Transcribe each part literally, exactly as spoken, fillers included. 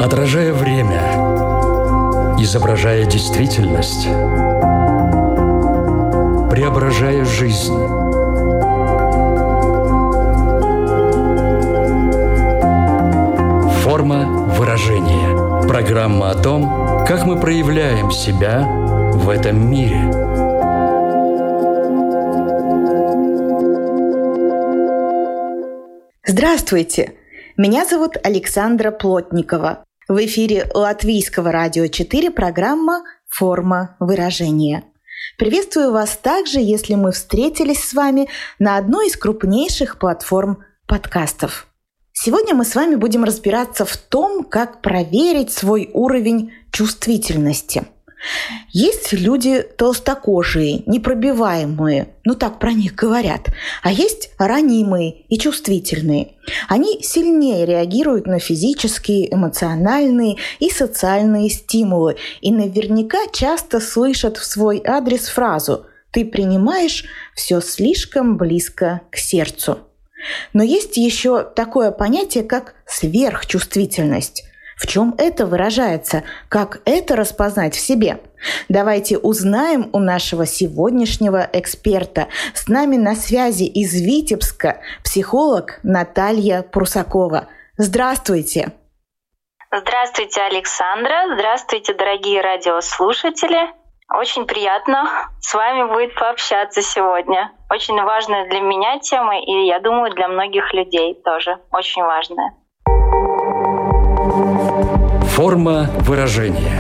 Отражая время, изображая действительность, преображая жизнь. Форма выражения. Программа о том, как мы проявляем себя в этом мире. Здравствуйте! Меня зовут Александра Плотникова. В эфире Латвийского радио четыре программа «Форма выражения». Приветствую вас также, если мы встретились с вами на одной из крупнейших платформ подкастов. Сегодня мы с вами будем разбираться в том, как проверить свой уровень чувствительности. Есть люди толстокожие, непробиваемые, ну так про них говорят, а есть ранимые и чувствительные. Они сильнее реагируют на физические, эмоциональные и социальные стимулы и наверняка часто слышат в свой адрес фразу «ты принимаешь все слишком близко к сердцу». Но есть еще такое понятие, как сверхчувствительность. В чем это выражается? Как это распознать в себе? Давайте узнаем у нашего сегодняшнего эксперта. С нами на связи из Витебска психолог Наталья Прусакова. Здравствуйте! Здравствуйте, Александра! Здравствуйте, дорогие радиослушатели! Очень приятно с вами будет пообщаться сегодня. Очень важная для меня тема, и, я думаю, для многих людей тоже очень важная. Форма выражения.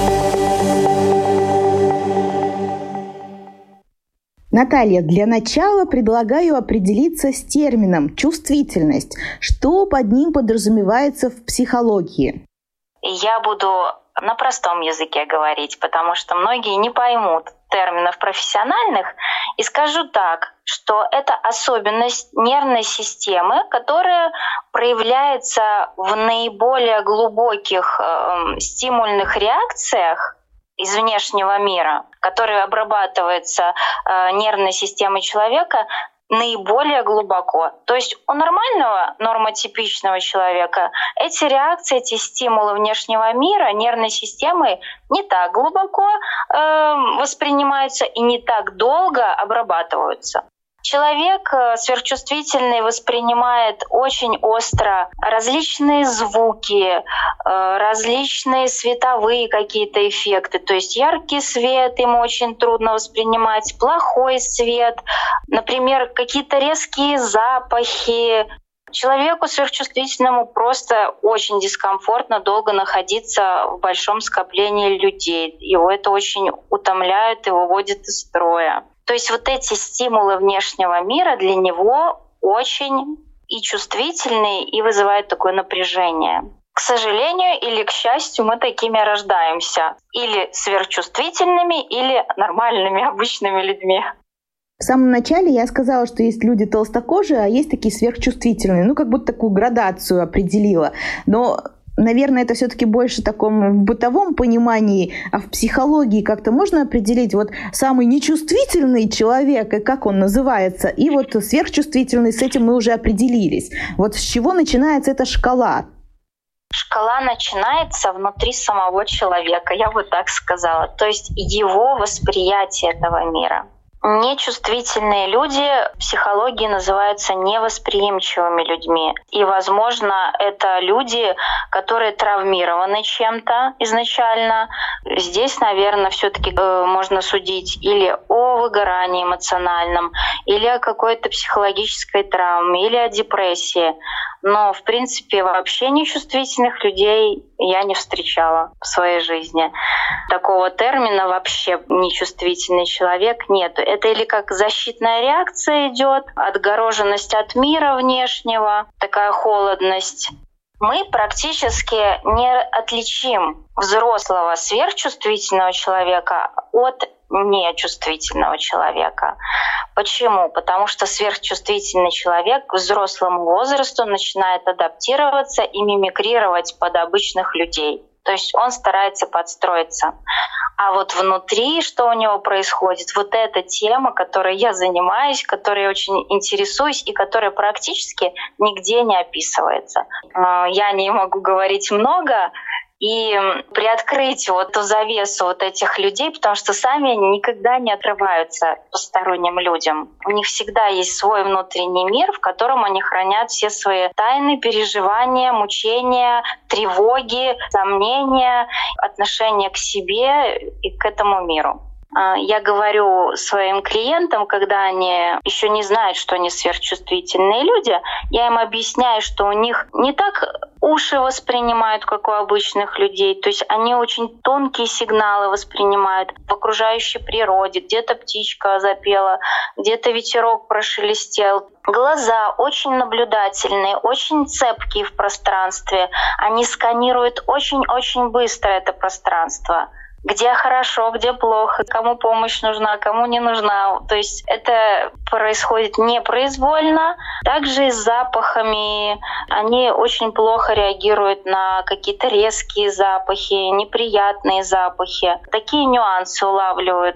Наталья, для начала предлагаю определиться с термином «чувствительность». Что под ним подразумевается в психологии? Я буду на простом языке говорить, потому что многие не поймут терминов профессиональных. И скажу так, что это особенность нервной системы, которая проявляется в наиболее глубоких э, стимульных реакциях из внешнего мира, которые обрабатываются э, нервной системой человека наиболее глубоко. То есть у нормального нормотипичного человека эти реакции, эти стимулы внешнего мира нервной системой не так глубоко э, воспринимаются и не так долго обрабатываются. Человек сверхчувствительный воспринимает очень остро различные звуки, различные световые какие-то эффекты. То есть яркий свет ему очень трудно воспринимать, плохой свет, например, какие-то резкие запахи. Человеку сверхчувствительному просто очень дискомфортно долго находиться в большом скоплении людей. Его это очень утомляет и выводит из строя. То есть вот эти стимулы внешнего мира для него очень и чувствительные, и вызывают такое напряжение. К сожалению или к счастью, мы такими рождаемся. Или сверхчувствительными, или нормальными, обычными людьми. В самом начале я сказала, что есть люди толстокожие, а есть такие сверхчувствительные. Ну, как будто такую градацию определила. Но, наверное, это все-таки больше в таком в бытовом понимании, а в психологии как-то можно определить вот самый нечувствительный человек, и как он называется, и вот сверхчувствительный, с этим мы уже определились. Вот с чего начинается эта шкала? Шкала начинается внутри самого человека, я бы так сказала. То есть его восприятие этого мира. Нечувствительные люди в психологии называются невосприимчивыми людьми. И, возможно, это люди, которые травмированы чем-то изначально. Здесь, наверное, все-таки э, можно судить или о выгорании эмоциональном, или о какой-то психологической травме, или о депрессии. Но, в принципе, вообще нечувствительных людей я не встречала в своей жизни. Такого термина вообще нечувствительный человек нет. Это или как защитная реакция идет, отгороженность от мира внешнего, такая холодность. Мы практически не отличим взрослого сверхчувствительного человека от нечувствительного человека. Почему? Потому что сверхчувствительный человек к взрослому возрасту начинает адаптироваться и мимикрировать под обычных людей. То есть он старается подстроиться. А вот внутри, что у него происходит, вот эта тема, которой я занимаюсь, которой я очень интересуюсь и которая практически нигде не описывается. Я не могу говорить много, и приоткрыть вот эту завесу вот этих людей, потому что сами они никогда не открываются посторонним людям. У них всегда есть свой внутренний мир, в котором они хранят все свои тайны, переживания, мучения, тревоги, сомнения, отношение к себе и к этому миру. Я говорю своим клиентам, когда они еще не знают, что они сверхчувствительные люди, я им объясняю, что у них не так уши воспринимают, как у обычных людей, то есть они очень тонкие сигналы воспринимают в окружающей природе, где-то птичка запела, где-то ветерок прошелестел. Глаза очень наблюдательные, очень цепкие в пространстве, они сканируют очень-очень быстро это пространство. Где хорошо, где плохо, кому помощь нужна, кому не нужна. То есть это происходит непроизвольно. Также и с запахами. Они очень плохо реагируют на какие-то резкие запахи, неприятные запахи. Такие нюансы улавливают.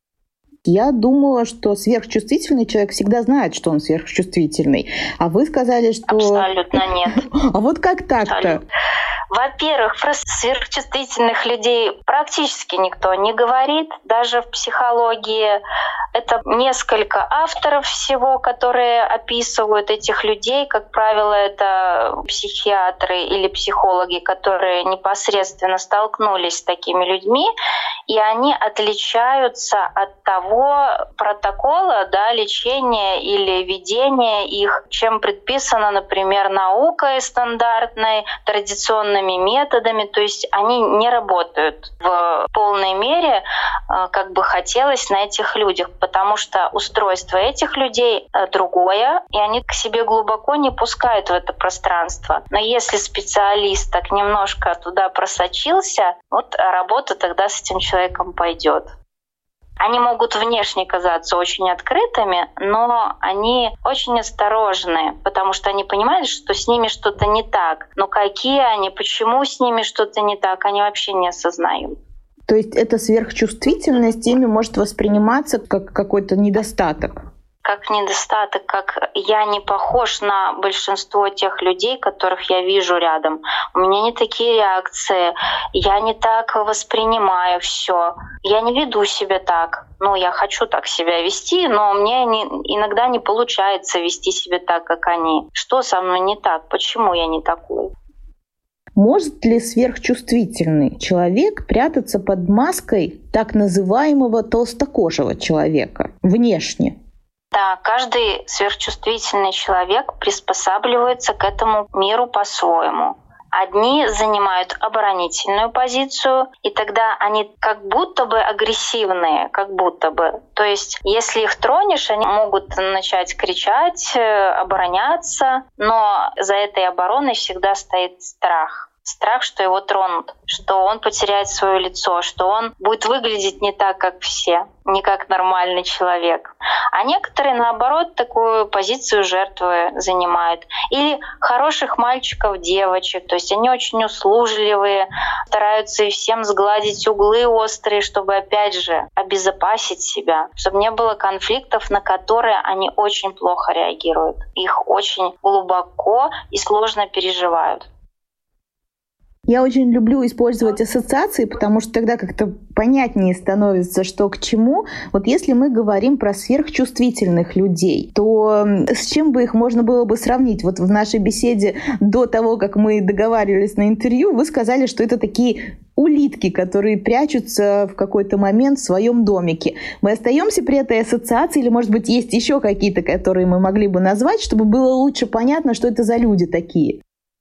Я думала, что сверхчувствительный человек всегда знает, что он сверхчувствительный. А вы сказали, что... Абсолютно нет. А вот как так-то? Во-первых, про сверхчувствительных людей практически никто не говорит, даже в психологии. Это несколько авторов всего, которые описывают этих людей. Как правило, это психиатры или психологи, которые непосредственно столкнулись с такими людьми, и они отличаются от того протокола, да, лечения или ведения их, чем предписано, например, наукой стандартной, традиционной методами, то есть они не работают в полной мере, как бы хотелось на этих людях, потому что устройство этих людей другое, и они к себе глубоко не пускают в это пространство. Но если специалист так немножко туда просочился, вот работа тогда с этим человеком пойдет. Они могут внешне казаться очень открытыми, но они очень осторожны, потому что они понимают, что с ними что-то не так. Но какие они, почему с ними что-то не так, они вообще не осознают. То есть эта сверхчувствительность ими может восприниматься как какой-то недостаток? Как недостаток, как я не похож на большинство тех людей, которых я вижу рядом. У меня не такие реакции, я не так воспринимаю все, я не веду себя так. Ну, я хочу так себя вести, но мне не, иногда не получается вести себя так, как они. Что со мной не так? Почему я не такой? Может ли сверхчувствительный человек прятаться под маской так называемого толстокожего человека внешне? Да, каждый сверхчувствительный человек приспосабливается к этому миру по-своему. Одни занимают оборонительную позицию, и тогда они как будто бы агрессивные, как будто бы. То есть, если их тронешь, они могут начать кричать, обороняться, но за этой обороной всегда стоит страх. Страх, что его тронут, что он потеряет свое лицо, что он будет выглядеть не так, как все, не как нормальный человек. А некоторые, наоборот, такую позицию жертвы занимают. Или хороших мальчиков, девочек, то есть они очень услужливые, стараются и всем сгладить углы острые, чтобы, опять же, обезопасить себя, чтобы не было конфликтов, на которые они очень плохо реагируют. Их очень глубоко и сложно переживают. Я очень люблю использовать ассоциации, потому что тогда как-то понятнее становится, что к чему. Вот если мы говорим про сверхчувствительных людей, то с чем бы их можно было бы сравнить? Вот в нашей беседе до того, как мы договаривались на интервью, вы сказали, что это такие улитки, которые прячутся в какой-то момент в своем домике. Мы остаемся при этой ассоциации или, может быть, есть еще какие-то, которые мы могли бы назвать, чтобы было лучше понятно, что это за люди такие?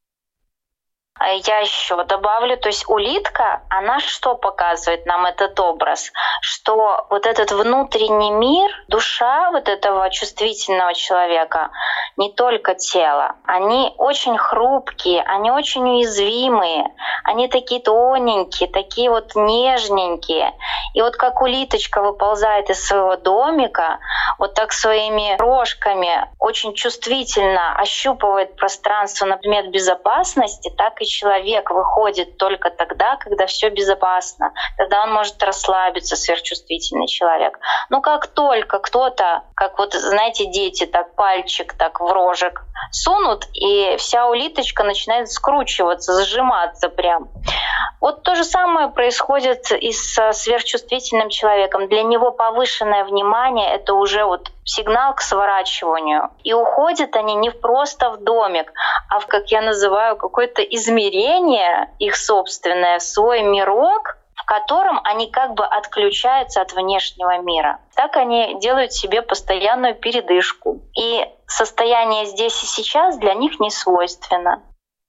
Я еще добавлю, то есть улитка, она что показывает нам этот образ? Что вот этот внутренний мир, душа вот этого чувствительного человека, не только тело, они очень хрупкие, они очень уязвимые, они такие тоненькие, такие вот нежненькие. И вот как улиточка выползает из своего домика, вот так своими рожками очень чувствительно ощупывает пространство на предмет безопасности, так и человек выходит только тогда, когда все безопасно. Тогда он может расслабиться, сверхчувствительный человек. Но как только кто-то, как вот, знаете, дети, так пальчик так в рожек сунут, и вся улиточка начинает скручиваться, зажиматься прям. Вот то же самое происходит и со сверхчувствительным человеком. Для него повышенное внимание — это уже вот сигнал к сворачиванию. И уходят они не просто в домик, а в, как я называю, какое-то измерение их собственное, в свой мирок, в котором они как бы отключаются от внешнего мира. Так они делают себе постоянную передышку. И состояние здесь и сейчас для них не свойственно.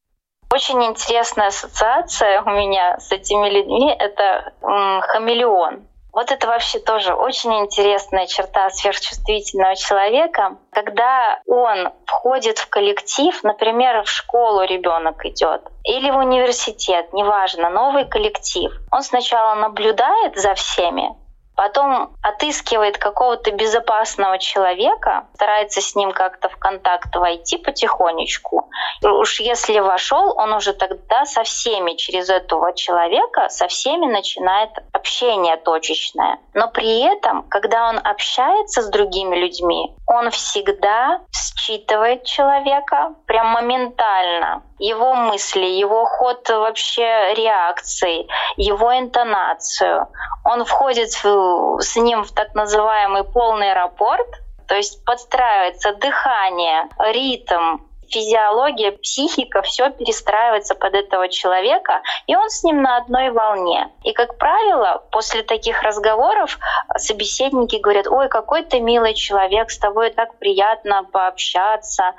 Очень интересная ассоциация у меня с этими людьми — это м, хамелеон. Вот это вообще тоже очень интересная черта сверхчувствительного человека. Когда он входит в коллектив, например, в школу ребенок идет, или в университет, неважно, новый коллектив, он сначала наблюдает за всеми, потом отыскивает какого-то безопасного человека, старается с ним как-то в контакт войти потихонечку. И уж если вошел, он уже тогда со всеми через этого человека, со всеми начинает общение точечное. Но при этом, когда он общается с другими людьми, он всегда считывает человека прям моментально. Его мысли, его ход вообще реакций, его интонацию. Он входит в, с ним в так называемый полный рапорт, то есть подстраивается дыхание, ритм, физиология, психика, все перестраивается под этого человека, и он с ним на одной волне. И, как правило, после таких разговоров собеседники говорят: «Ой, какой ты милый человек, с тобой так приятно пообщаться».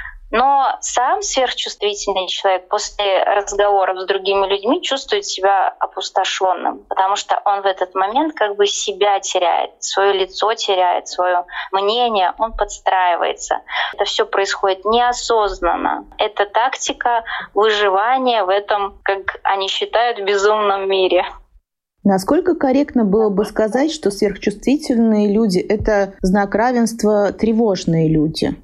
Но сам сверхчувствительный человек после разговоров с другими людьми чувствует себя опустошенным, потому что он в этот момент как бы себя теряет, свое лицо теряет, свое мнение, он подстраивается. Это все происходит неосознанно. Это тактика выживания в этом, как они считают, безумном мире. Насколько корректно было бы сказать, что сверхчувствительные люди — это знак равенства тревожные люди?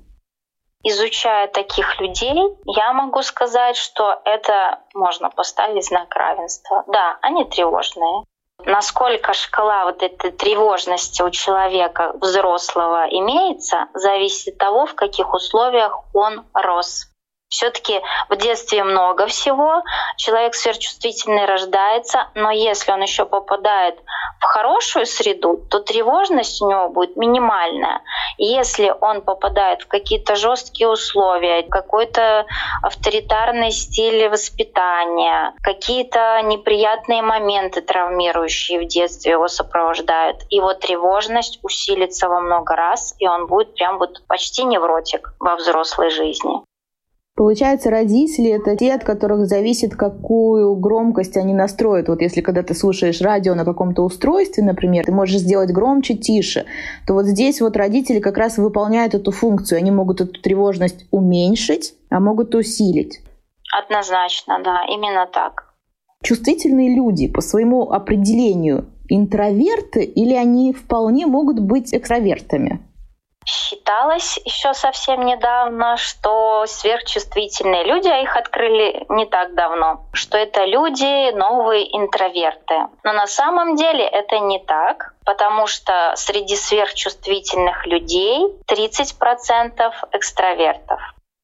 Изучая таких людей, я могу сказать, что это можно поставить знак равенства. Да, они тревожные. Насколько шкала вот этой тревожности у человека взрослого имеется, зависит от того, в каких условиях он рос. Все-таки в детстве много всего, человек сверхчувствительный рождается, но если он еще попадает в хорошую среду, то тревожность у него будет минимальная. Если он попадает в какие-то жесткие условия, какой-то авторитарный стиль воспитания, какие-то неприятные моменты, травмирующие в детстве его сопровождают, его тревожность усилится во много раз, и он будет прям вот почти невротик во взрослой жизни. Получается, родители — это те, от которых зависит, какую громкость они настроят. Вот если когда ты слушаешь радио на каком-то устройстве, например, ты можешь сделать громче, тише, то вот здесь вот родители как раз выполняют эту функцию. Они могут эту тревожность уменьшить, а могут усилить. Однозначно, да, именно так. Чувствительные люди по своему определению интроверты или они вполне могут быть экстравертами? Считалось еще совсем недавно, что сверхчувствительные люди, а их открыли не так давно, что это люди новые интроверты. Но на самом деле это не так, потому что среди сверхчувствительных людей тридцать процентов экстравертов.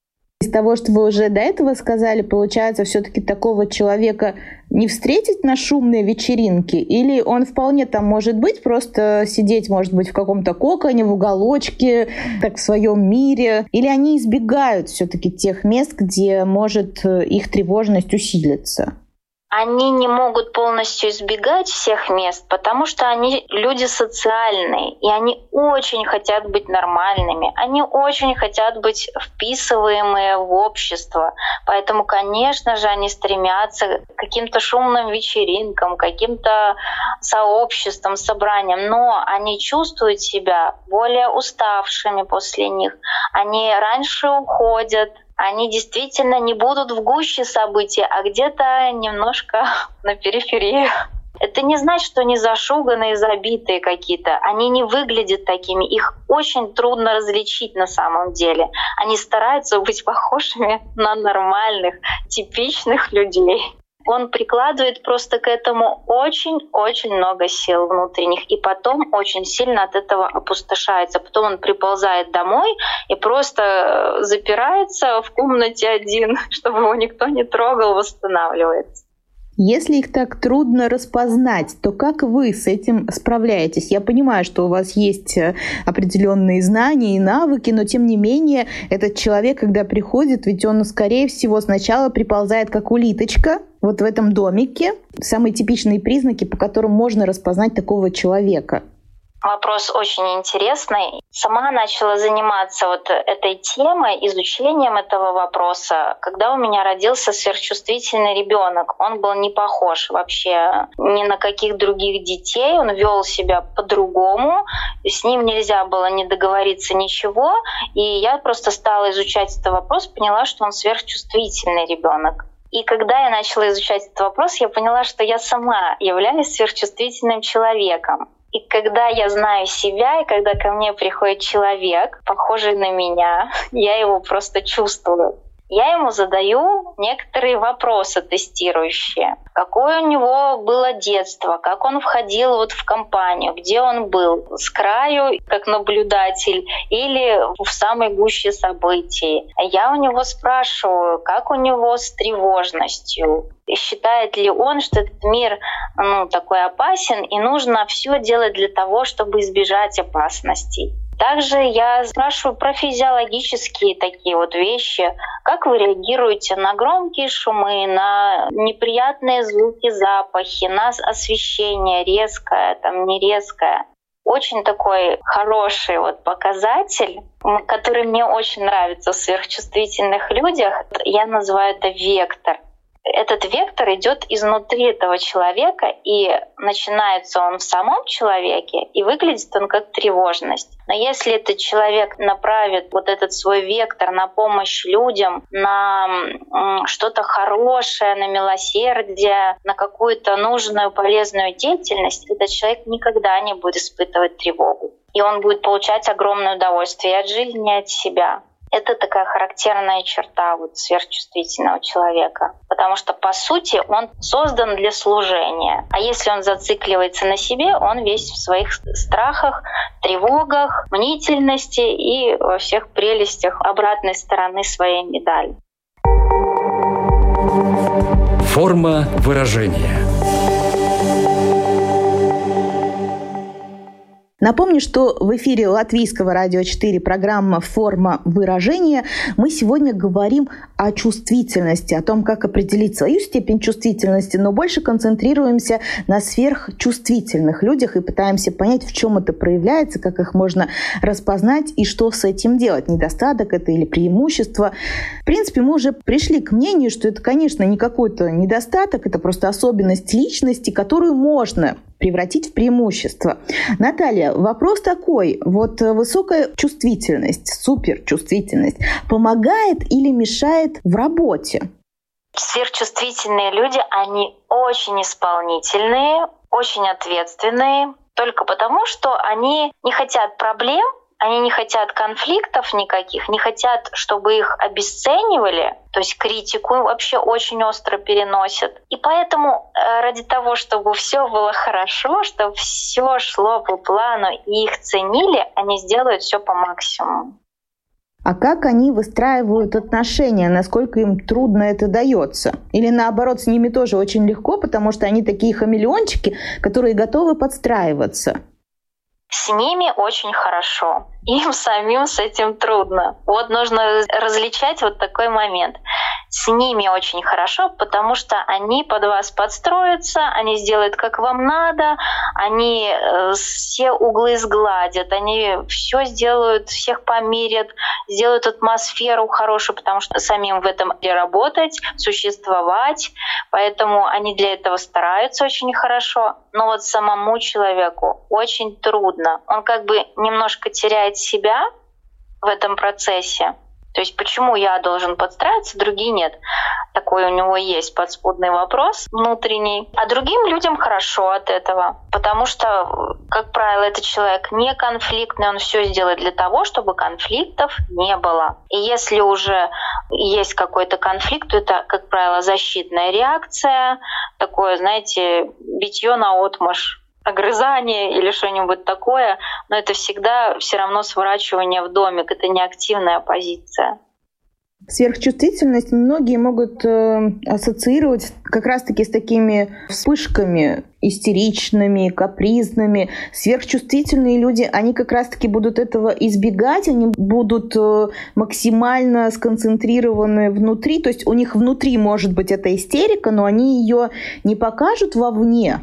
Из того, что вы уже до этого сказали, получается, все-таки такого человека не встретить на шумной вечеринке? Или он вполне там может быть, просто сидеть, может быть, в каком-то коконе, в уголочке, так в своем мире? Или они избегают все-таки тех мест, где может их тревожность усилиться? Они не могут полностью избегать всех мест, потому что они люди социальные, и они очень хотят быть нормальными, они очень хотят быть вписываемые в общество. Поэтому, конечно же, они стремятся к каким-то шумным вечеринкам, к каким-то сообществам, собраниям, но они чувствуют себя более уставшими после них, они раньше уходят, они действительно не будут в гуще событий, а где-то немножко на периферии. Это не значит, что они зашуганные, забитые какие-то. Они не выглядят такими. Их очень трудно различить на самом деле. Они стараются быть похожими на нормальных, типичных людей. Он прикладывает просто к этому очень-очень много сил внутренних, и потом очень сильно от этого опустошается. Потом он приползает домой и просто запирается в комнате один, чтобы его никто не трогал, восстанавливается. Если их так трудно распознать, то как вы с этим справляетесь? Я понимаю, что у вас есть определенные знания и навыки, но тем не менее этот человек, когда приходит, ведь он, скорее всего, сначала приползает как улиточка вот в этом домике. Самые типичные признаки, по которым можно распознать такого человека. Вопрос очень интересный. Сама начала заниматься вот этой темой, изучением этого вопроса, когда у меня родился сверхчувствительный ребенок. Он был не похож вообще ни на каких других детей, он вел себя по-другому, с ним нельзя было не договориться ничего, и я просто стала изучать этот вопрос, поняла, что он сверхчувствительный ребенок. И когда я начала изучать этот вопрос, я поняла, что я сама являюсь сверхчувствительным человеком. И когда я знаю себя, и когда ко мне приходит человек, похожий на меня, я его просто чувствую. Я ему задаю некоторые вопросы тестирующие. Какое у него было детство, как он входил вот в компанию, где он был, с краю как наблюдатель или в самой гуще событий. Я у него спрашиваю, как у него с тревожностью. Считает ли он, что этот мир ну, такой опасен, и нужно все делать для того, чтобы избежать опасностей. Также я спрашиваю про физиологические такие вот вещи. Как вы реагируете на громкие шумы, на неприятные звуки, запахи, на освещение резкое, там, не резкое. Очень такой хороший вот показатель, который мне очень нравится в сверхчувствительных людях. Я называю это вектор. Этот вектор идет изнутри этого человека, и начинается он в самом человеке, и выглядит он как тревожность. Но если этот человек направит вот этот свой вектор на помощь людям, на что-то хорошее, на милосердие, на какую-то нужную, полезную деятельность, этот человек никогда не будет испытывать тревогу. И он будет получать огромное удовольствие и от жизни, и от себя. Это такая характерная черта вот сверхчувствительного человека, потому что, по сути, он создан для служения. А если он зацикливается на себе, он весь в своих страхах, тревогах, мнительности и во всех прелестях обратной стороны своей медали. Форма выражения. Напомню, что в эфире Латвийского радио четыре программа «Форма выражения». Мы сегодня говорим о чувствительности, о том, как определить свою степень чувствительности, но больше концентрируемся на сверхчувствительных людях и пытаемся понять, в чем это проявляется, как их можно распознать и что с этим делать. Недостаток это или преимущество. В принципе, мы уже пришли к мнению, что это, конечно, не какой-то недостаток, это просто особенность личности, которую можно превратить в преимущество. Наталья, вопрос такой. Вот высокая чувствительность, суперчувствительность помогает или мешает в работе? Сверхчувствительные люди, они очень исполнительные, очень ответственные, только потому, что они не хотят проблем, они не хотят конфликтов никаких, не хотят, чтобы их обесценивали, то есть критику вообще очень остро переносят. И поэтому ради того, чтобы все было хорошо, чтобы все шло по плану и их ценили, они сделают все по максимуму. А как они выстраивают отношения? Насколько им трудно это дается? Или наоборот, с ними тоже очень легко, потому что они такие хамелеончики, которые готовы подстраиваться? С ними очень хорошо. Им самим с этим трудно. Вот нужно различать вот такой момент. С ними очень хорошо, потому что они под вас подстроятся, они сделают, как вам надо, они все углы сгладят, они все сделают, всех помирят, сделают атмосферу хорошую, потому что самим в этом и работать, существовать. Поэтому они для этого стараются очень хорошо. Но вот самому человеку очень трудно. Он как бы немножко теряет себя в этом процессе. То То есть почему я должен подстраиваться, другие нет? Такой у него есть подспудный вопрос внутренний. А другим людям хорошо от этого, потому что, как правило, этот человек не конфликтный, он все сделает для того, чтобы конфликтов не было. И если уже есть какой-то конфликт, то это, как правило, защитная реакция, такое, знаете, битье наотмашь, огрызание или что-нибудь такое, но это всегда все равно сворачивание в домик, это не активная позиция. Сверхчувствительность многие могут э, ассоциировать как раз-таки с такими вспышками истеричными, капризными. Сверхчувствительные люди, они как раз-таки будут этого избегать, они будут э, максимально сконцентрированы внутри, то есть у них внутри может быть эта истерика, но они ее не покажут вовне.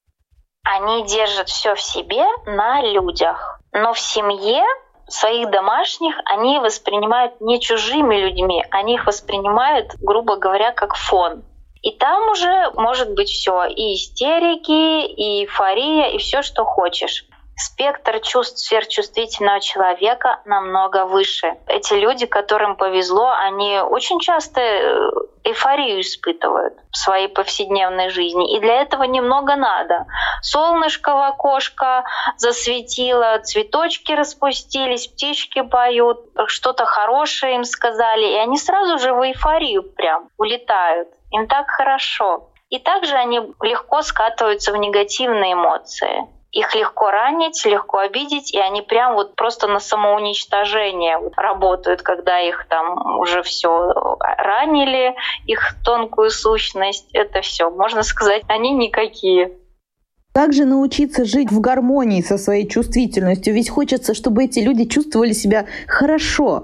Они держат все в себе на людях, но в семье своих домашних они воспринимают не чужими людьми, они их воспринимают, грубо говоря, как фон. И там уже может быть все: и истерики, и эйфория, и все, что хочешь. Спектр чувств сверхчувствительного человека намного выше. Эти люди, которым повезло, они очень часто эйфорию испытывают в своей повседневной жизни. И для этого немного надо. Солнышко в окошко засветило, цветочки распустились, птички поют, что-то хорошее им сказали, и они сразу же в эйфорию прям улетают. Им так хорошо. И также они легко скатываются в негативные эмоции. Их легко ранить, легко обидеть, и они прям вот просто на самоуничтожение работают, когда их там уже все ранили, их тонкую сущность, это все, можно сказать, они никакие. Как же научиться жить в гармонии со своей чувствительностью? Ведь хочется, чтобы эти люди чувствовали себя хорошо.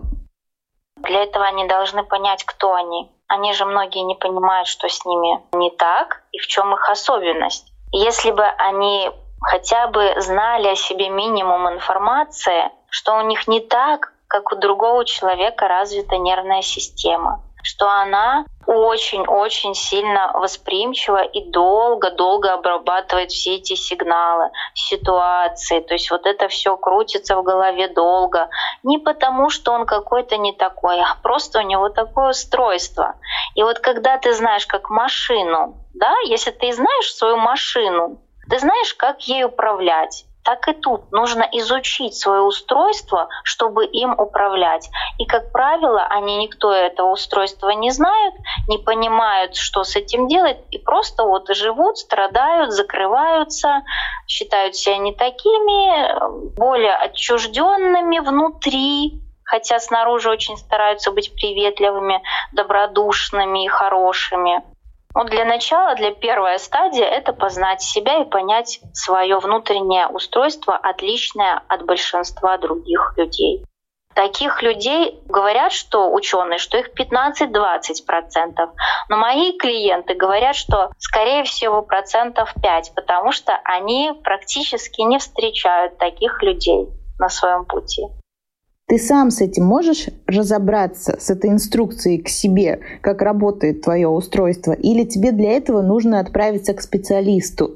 Для этого они должны понять, кто они. Они же многие не понимают, что с ними не так и в чем их особенность. Если бы они хотя бы знали о себе минимум информации, что у них не так, как у другого человека развита нервная система, что она очень-очень сильно восприимчива и долго-долго обрабатывает все эти сигналы, ситуации. То есть вот это все крутится в голове долго. Не потому, что он какой-то не такой, а просто у него такое устройство. И вот когда ты знаешь как машину, да, если ты знаешь свою машину, ты знаешь, как ей управлять. Так и тут нужно изучить свое устройство, чтобы им управлять. И, как правило, они никто этого устройства не знают, не понимают, что с этим делать, и просто вот живут, страдают, закрываются, считают себя не такими, более отчужденными внутри, хотя снаружи очень стараются быть приветливыми, добродушными и хорошими. Вот для начала, для первой стадии, это познать себя и понять свое внутреннее устройство, отличное от большинства других людей. Таких людей говорят, что ученые, что их пятнадцать-двадцать процентов. Но мои клиенты говорят, что скорее всего процентов пять, потому что они практически не встречают таких людей на своем пути. Ты сам с этим можешь разобраться, с этой инструкцией к себе, как работает твое устройство, или тебе для этого нужно отправиться к специалисту?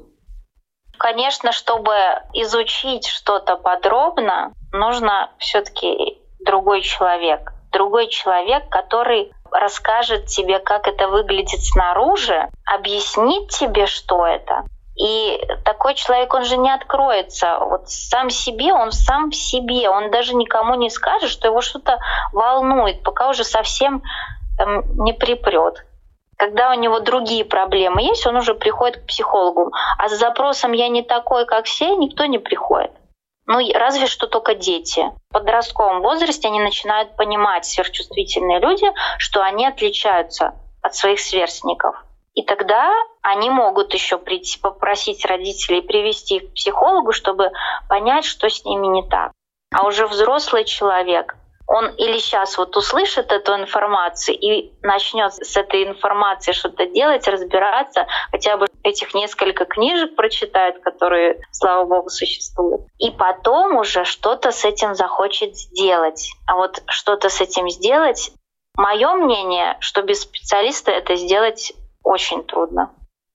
Конечно, чтобы изучить что-то подробно, нужно все-таки другой человек. Другой человек, который расскажет тебе, как это выглядит снаружи, объяснит тебе, что это. И такой человек, он же не откроется. Вот сам себе, он сам в себе. Он даже никому не скажет, что его что-то волнует, пока уже совсем там, не припрет. Когда у него другие проблемы есть, он уже приходит к психологу. А с запросом «я не такой, как все» никто не приходит. Ну, разве что только дети. В подростковом возрасте они начинают понимать, сверхчувствительные люди, что они отличаются от своих сверстников. И тогда они могут еще прийти, попросить родителей привести их к психологу, чтобы понять, что с ними не так. А уже взрослый человек, он или сейчас вот услышит эту информацию и начнет с этой информацией что-то делать, разбираться, хотя бы этих несколько книжек прочитает, которые, слава богу, существуют. И потом уже что-то с этим захочет сделать. А вот что-то с этим сделать, мое мнение, что без специалиста это сделать очень трудно.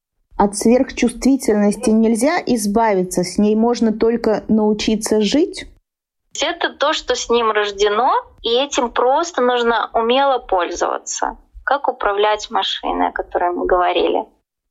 От сверхчувствительности нельзя избавиться, с ней можно только научиться жить? Это то, что с ним рождено, и этим просто нужно умело пользоваться. Как управлять машиной, о которой мы говорили.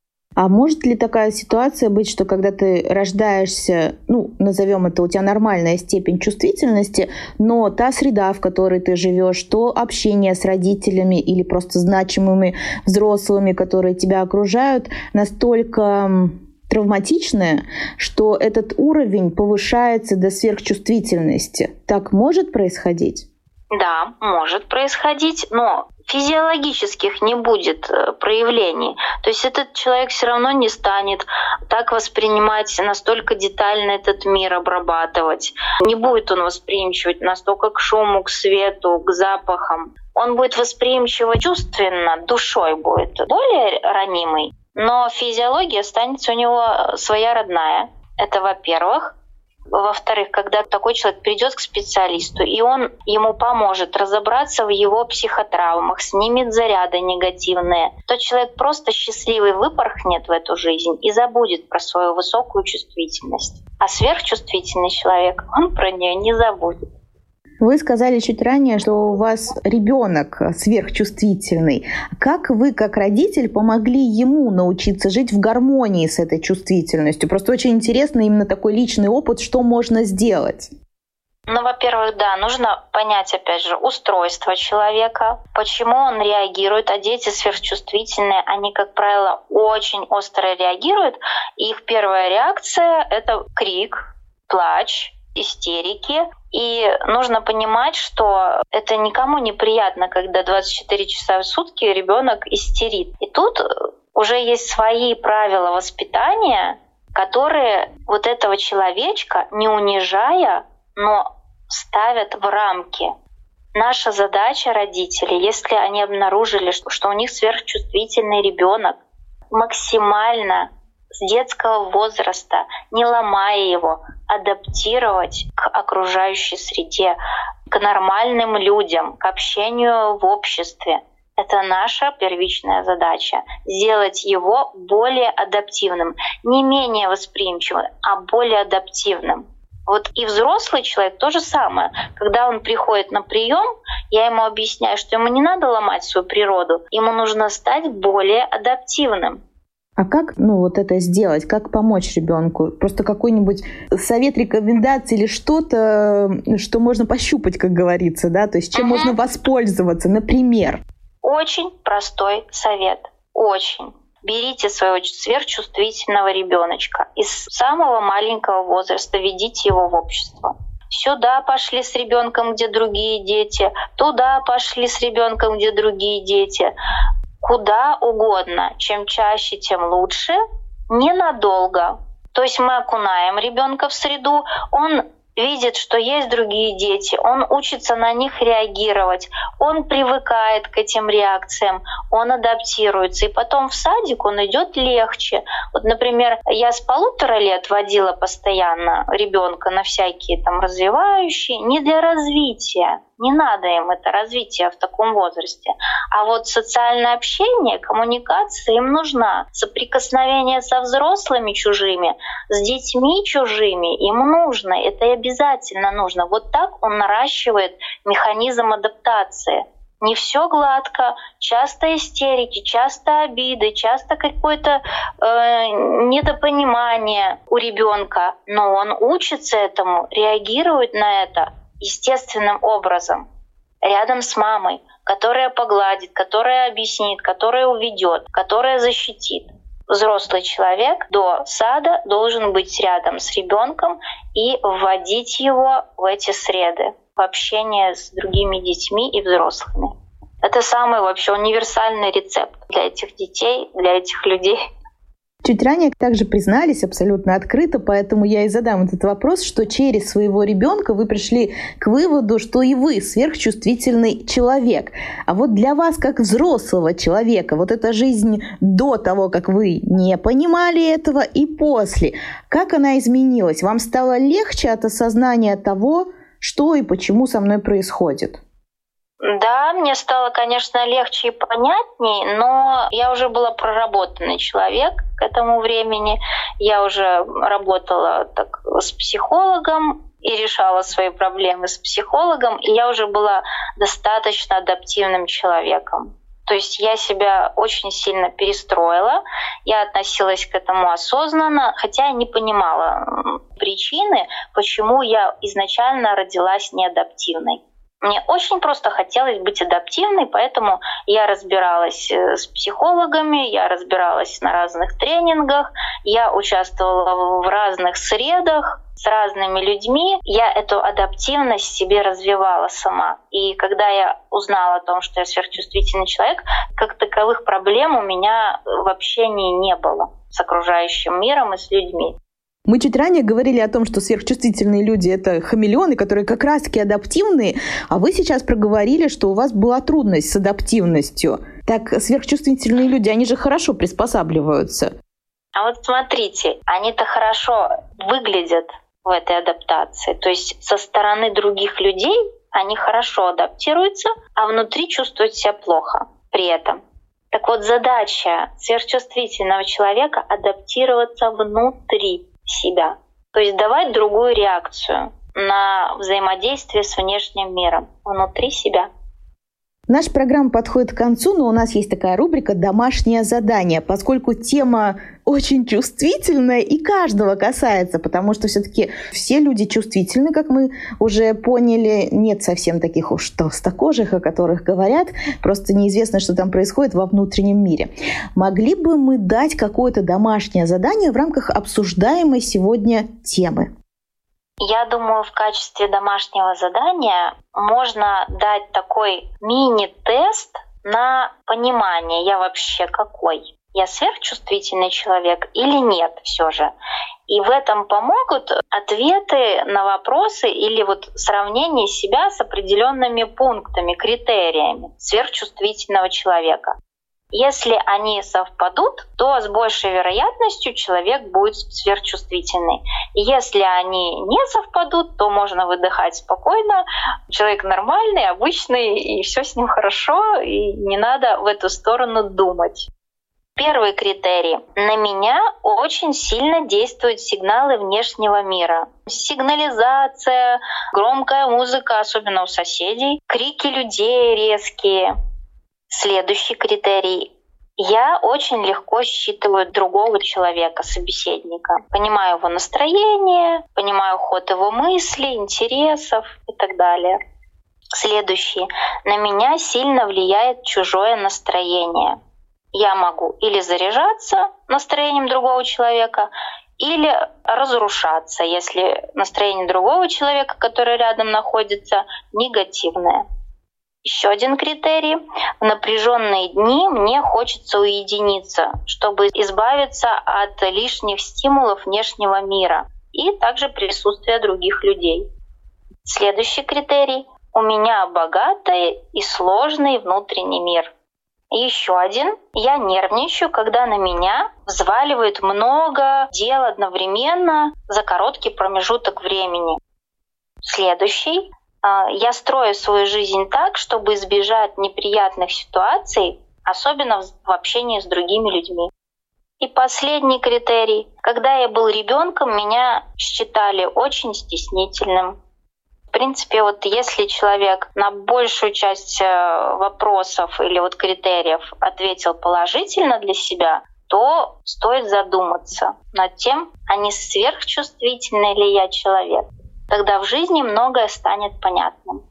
А может ли такая ситуация быть, что когда ты рождаешься, ну, назовем это, у тебя нормальная степень чувствительности, но та среда, в которой ты живешь, то общение с родителями или просто значимыми взрослыми, которые тебя окружают, настолько травматичное, что этот уровень повышается до сверхчувствительности? Так может происходить? Да, может происходить, но физиологических не будет проявлений. То есть этот человек все равно не станет так воспринимать, настолько детально этот мир обрабатывать. Не будет он восприимчивать настолько к шуму, к свету, к запахам. Он будет восприимчиво чувственно, душой будет более ранимый, но физиология останется у него своя родная. Это во-первых. Во-вторых, когда такой человек придет к специалисту, и он ему поможет разобраться в его психотравмах, снимет заряды негативные, то человек просто счастливый выпорхнет в эту жизнь и забудет про свою высокую чувствительность. А сверхчувствительный человек, он про нее не забудет. Вы сказали чуть ранее, что у вас ребенок сверхчувствительный. Как вы, как родитель, помогли ему научиться жить в гармонии с этой чувствительностью? Просто очень интересно именно такой личный опыт, что можно сделать. Ну, во-первых, да, нужно понять, опять же, устройство человека, почему он реагирует, а дети сверхчувствительные, они, как правило, очень остро реагируют, и их первая реакция — это крик, плач, истерики. И нужно понимать, что это никому не приятно, когда двадцать четыре часа в сутки ребенок истерит. И тут уже есть свои правила воспитания, которые вот этого человечка, не унижая, но ставят в рамки. Наша задача родителей, если они обнаружили, что у них сверхчувствительный ребенок, максимально с детского возраста, не ломая его, адаптировать к окружающей среде, к нормальным людям, к общению в обществе. Это наша первичная задача — сделать его более адаптивным, не менее восприимчивым, а более адаптивным. Вот и взрослый человек то же самое. Когда он приходит на прием, я ему объясняю, что ему не надо ломать свою природу, ему нужно стать более адаптивным. А как, ну, вот это сделать? Как помочь ребенку? Просто какой-нибудь совет, рекомендации или что-то, что можно пощупать, как говорится, да? То есть чем угу. можно воспользоваться, например? Очень простой совет. Очень. Берите своего сверхчувствительного ребеночка из самого маленького возраста, ведите его в общество. Сюда пошли с ребенком, где другие дети, туда пошли с ребенком, где другие дети. Куда угодно. Чем чаще, тем лучше. Ненадолго. То есть мы окунаем ребенка в среду, он видит, что есть другие дети, он учится на них реагировать, он привыкает к этим реакциям, он адаптируется, и потом в садик он идет легче. Вот, например, я с полутора лет водила постоянно ребенка на всякие там развивающие, не для развития, не надо им это развитие в таком возрасте. А вот социальное общение, коммуникация им нужна. Соприкосновение со взрослыми чужими, с детьми чужими им нужно. Это и обязательно нужно. Вот так он наращивает механизм адаптации. Не все гладко, часто истерики, часто обиды, часто какое-то э, недопонимание у ребенка, но он учится этому, реагирует на это естественным образом, рядом с мамой, которая погладит, которая объяснит, которая уведет, которая защитит. Взрослый человек до сада должен быть рядом с ребенком и вводить его в эти среды, в общение с другими детьми и взрослыми. Это самый вообще универсальный рецепт для этих детей, для этих людей. Чуть ранее также признались абсолютно открыто, поэтому я и задам этот вопрос, что через своего ребенка вы пришли к выводу, что и вы сверхчувствительный человек. А вот для вас, как взрослого человека, вот эта жизнь до того, как вы не понимали этого, и после, как она изменилась? Вам стало легче от осознания того, что и почему со мной происходит? Да, мне стало, конечно, легче и понятней, но я уже была проработанный человек к этому времени. Я уже работала так с психологом, и решала свои проблемы с психологом, и я уже была достаточно адаптивным человеком. То есть я себя очень сильно перестроила, я относилась к этому осознанно, хотя я не понимала причины, почему я изначально родилась неадаптивной. Мне очень просто хотелось быть адаптивной, поэтому я разбиралась с психологами, я разбиралась на разных тренингах, я участвовала в разных средах с разными людьми. Я эту адаптивность в себе развивала сама. И когда я узнала о том, что я сверхчувствительный человек, как таковых проблем у меня в общении не было с окружающим миром и с людьми. Мы чуть ранее говорили о том, что сверхчувствительные люди — это хамелеоны, которые как раз-таки адаптивные, а вы сейчас проговорили, что у вас была трудность с адаптивностью. Так сверхчувствительные люди, они же хорошо приспосабливаются. А вот смотрите, они-то хорошо выглядят в этой адаптации. То есть со стороны других людей они хорошо адаптируются, а внутри чувствуют себя плохо при этом. Так вот, задача сверхчувствительного человека — адаптироваться внутри себя. То есть давать другую реакцию на взаимодействие с внешним миром внутри себя. Наша программа подходит к концу, но у нас есть такая рубрика «Домашнее задание», поскольку тема очень чувствительная и каждого касается, потому что все-таки все люди чувствительны, как мы уже поняли. Нет совсем таких уж толстокожих, о которых говорят, просто неизвестно, что там происходит во внутреннем мире. Могли бы мы дать какое-то домашнее задание в рамках обсуждаемой сегодня темы? Я думаю, в качестве домашнего задания можно дать такой мини-тест на понимание, я вообще какой. Я сверхчувствительный человек или нет все же. И в этом помогут ответы на вопросы или вот сравнение себя с определенными пунктами, критериями сверхчувствительного человека. Если они совпадут, то с большей вероятностью человек будет сверхчувствительный. И если они не совпадут, то можно выдыхать спокойно. Человек нормальный, обычный, и все с ним хорошо, и не надо в эту сторону думать. Первый критерий. На меня очень сильно действуют сигналы внешнего мира. Сигнализация, громкая музыка, особенно у соседей, крики людей резкие. Следующий критерий. Я очень легко считываю другого человека, собеседника. Понимаю его настроение, понимаю ход его мыслей, интересов и так далее. Следующий. На меня сильно влияет чужое настроение. Я могу или заряжаться настроением другого человека, или разрушаться, если настроение другого человека, который рядом находится, негативное. Еще один критерий. В напряженные дни мне хочется уединиться, чтобы избавиться от лишних стимулов внешнего мира и также присутствия других людей. Следующий критерий. У меня богатый и сложный внутренний мир. Еще один. Я нервничаю, когда на меня взваливают много дел одновременно за короткий промежуток времени. Следующий. Я строю свою жизнь так, чтобы избежать неприятных ситуаций, особенно в общении с другими людьми. И последний критерий. Когда я был ребенком, меня считали очень стеснительным. В принципе, вот если человек на большую часть вопросов или вот критериев ответил положительно для себя, то стоит задуматься над тем, а не сверхчувствительный ли я человек. Тогда в жизни многое станет понятным.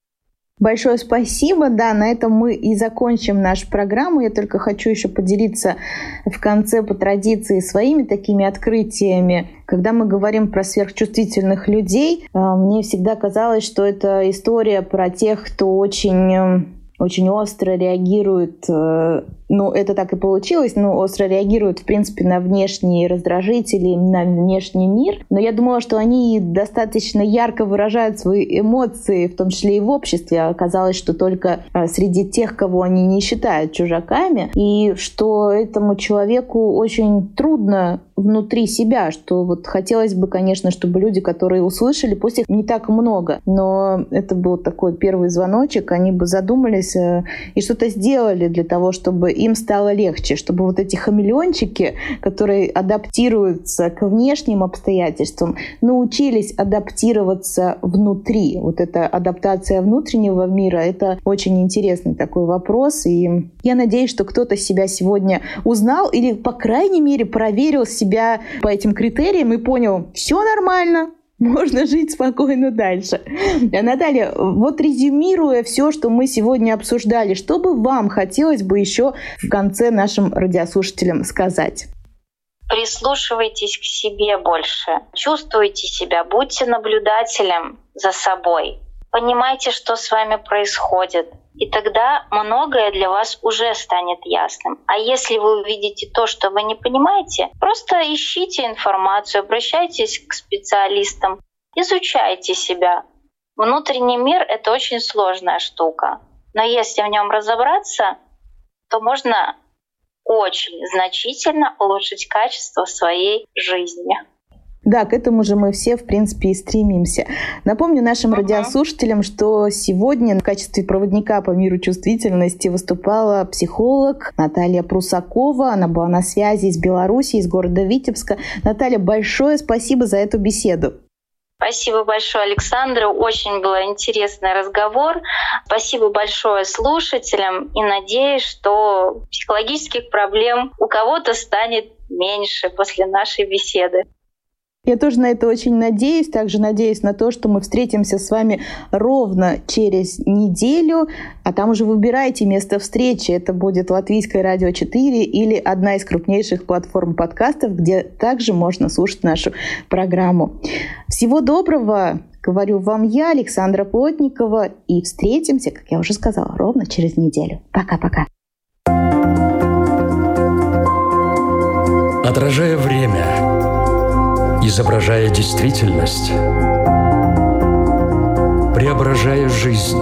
Большое спасибо. Да, на этом мы и закончим нашу программу. Я только хочу еще поделиться в конце по традиции своими такими открытиями. Когда мы говорим про сверхчувствительных людей, мне всегда казалось, что это история про тех, кто очень, очень остро реагирует. Ну, это так и получилось, но остро реагируют, в принципе, на внешние раздражители, на внешний мир. Но я думала, что они достаточно ярко выражают свои эмоции, в том числе и в обществе. Оказалось, что только среди тех, кого они не считают чужаками, и что этому человеку очень трудно внутри себя, что вот хотелось бы, конечно, чтобы люди, которые услышали, пусть их не так много, но это был такой первый звоночек, они бы задумались поменялись и что-то сделали для того, чтобы им стало легче, чтобы вот эти хамелеончики, которые адаптируются к внешним обстоятельствам, научились адаптироваться внутри. Вот эта адаптация внутреннего мира — это очень интересный такой вопрос. И я надеюсь, что кто-то себя сегодня узнал или, по крайней мере, проверил себя по этим критериям и понял: все нормально, можно жить спокойно дальше. Наталья, вот резюмируя все, что мы сегодня обсуждали, что бы вам хотелось бы еще в конце нашим радиослушателям сказать? Прислушивайтесь к себе больше, чувствуйте себя, будьте наблюдателем за собой, понимайте, что с вами происходит, и тогда многое для вас уже станет ясным. А если вы увидите то, что вы не понимаете, просто ищите информацию, обращайтесь к специалистам, изучайте себя. Внутренний мир — это очень сложная штука, но если в нем разобраться, то можно очень значительно улучшить качество своей жизни. Да, к этому же мы все, в принципе, и стремимся. Напомню нашим uh-huh. радиослушателям, что сегодня в качестве проводника по миру чувствительности выступала психолог Наталья Прусакова. Она была на связи из Беларуси, из города Витебска. Наталья, большое спасибо за эту беседу. Спасибо большое, Александра. Очень был интересный разговор. Спасибо большое слушателям. И надеюсь, что психологических проблем у кого-то станет меньше после нашей беседы. Я тоже на это очень надеюсь. Также надеюсь на то, что мы встретимся с вами ровно через неделю. А там уже выбирайте место встречи. Это будет Латвийское радио четыре или одна из крупнейших платформ подкастов, где также можно слушать нашу программу. Всего доброго, говорю вам я, Александра Плотникова. И встретимся, как я уже сказала, ровно через неделю. Пока-пока. Отражая время, изображая действительность, преображая жизнь.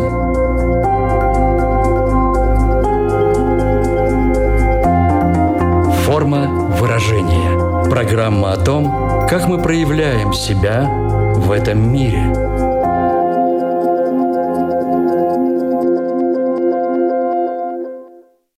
Форма выражения. Программа о том, как мы проявляем себя в этом мире.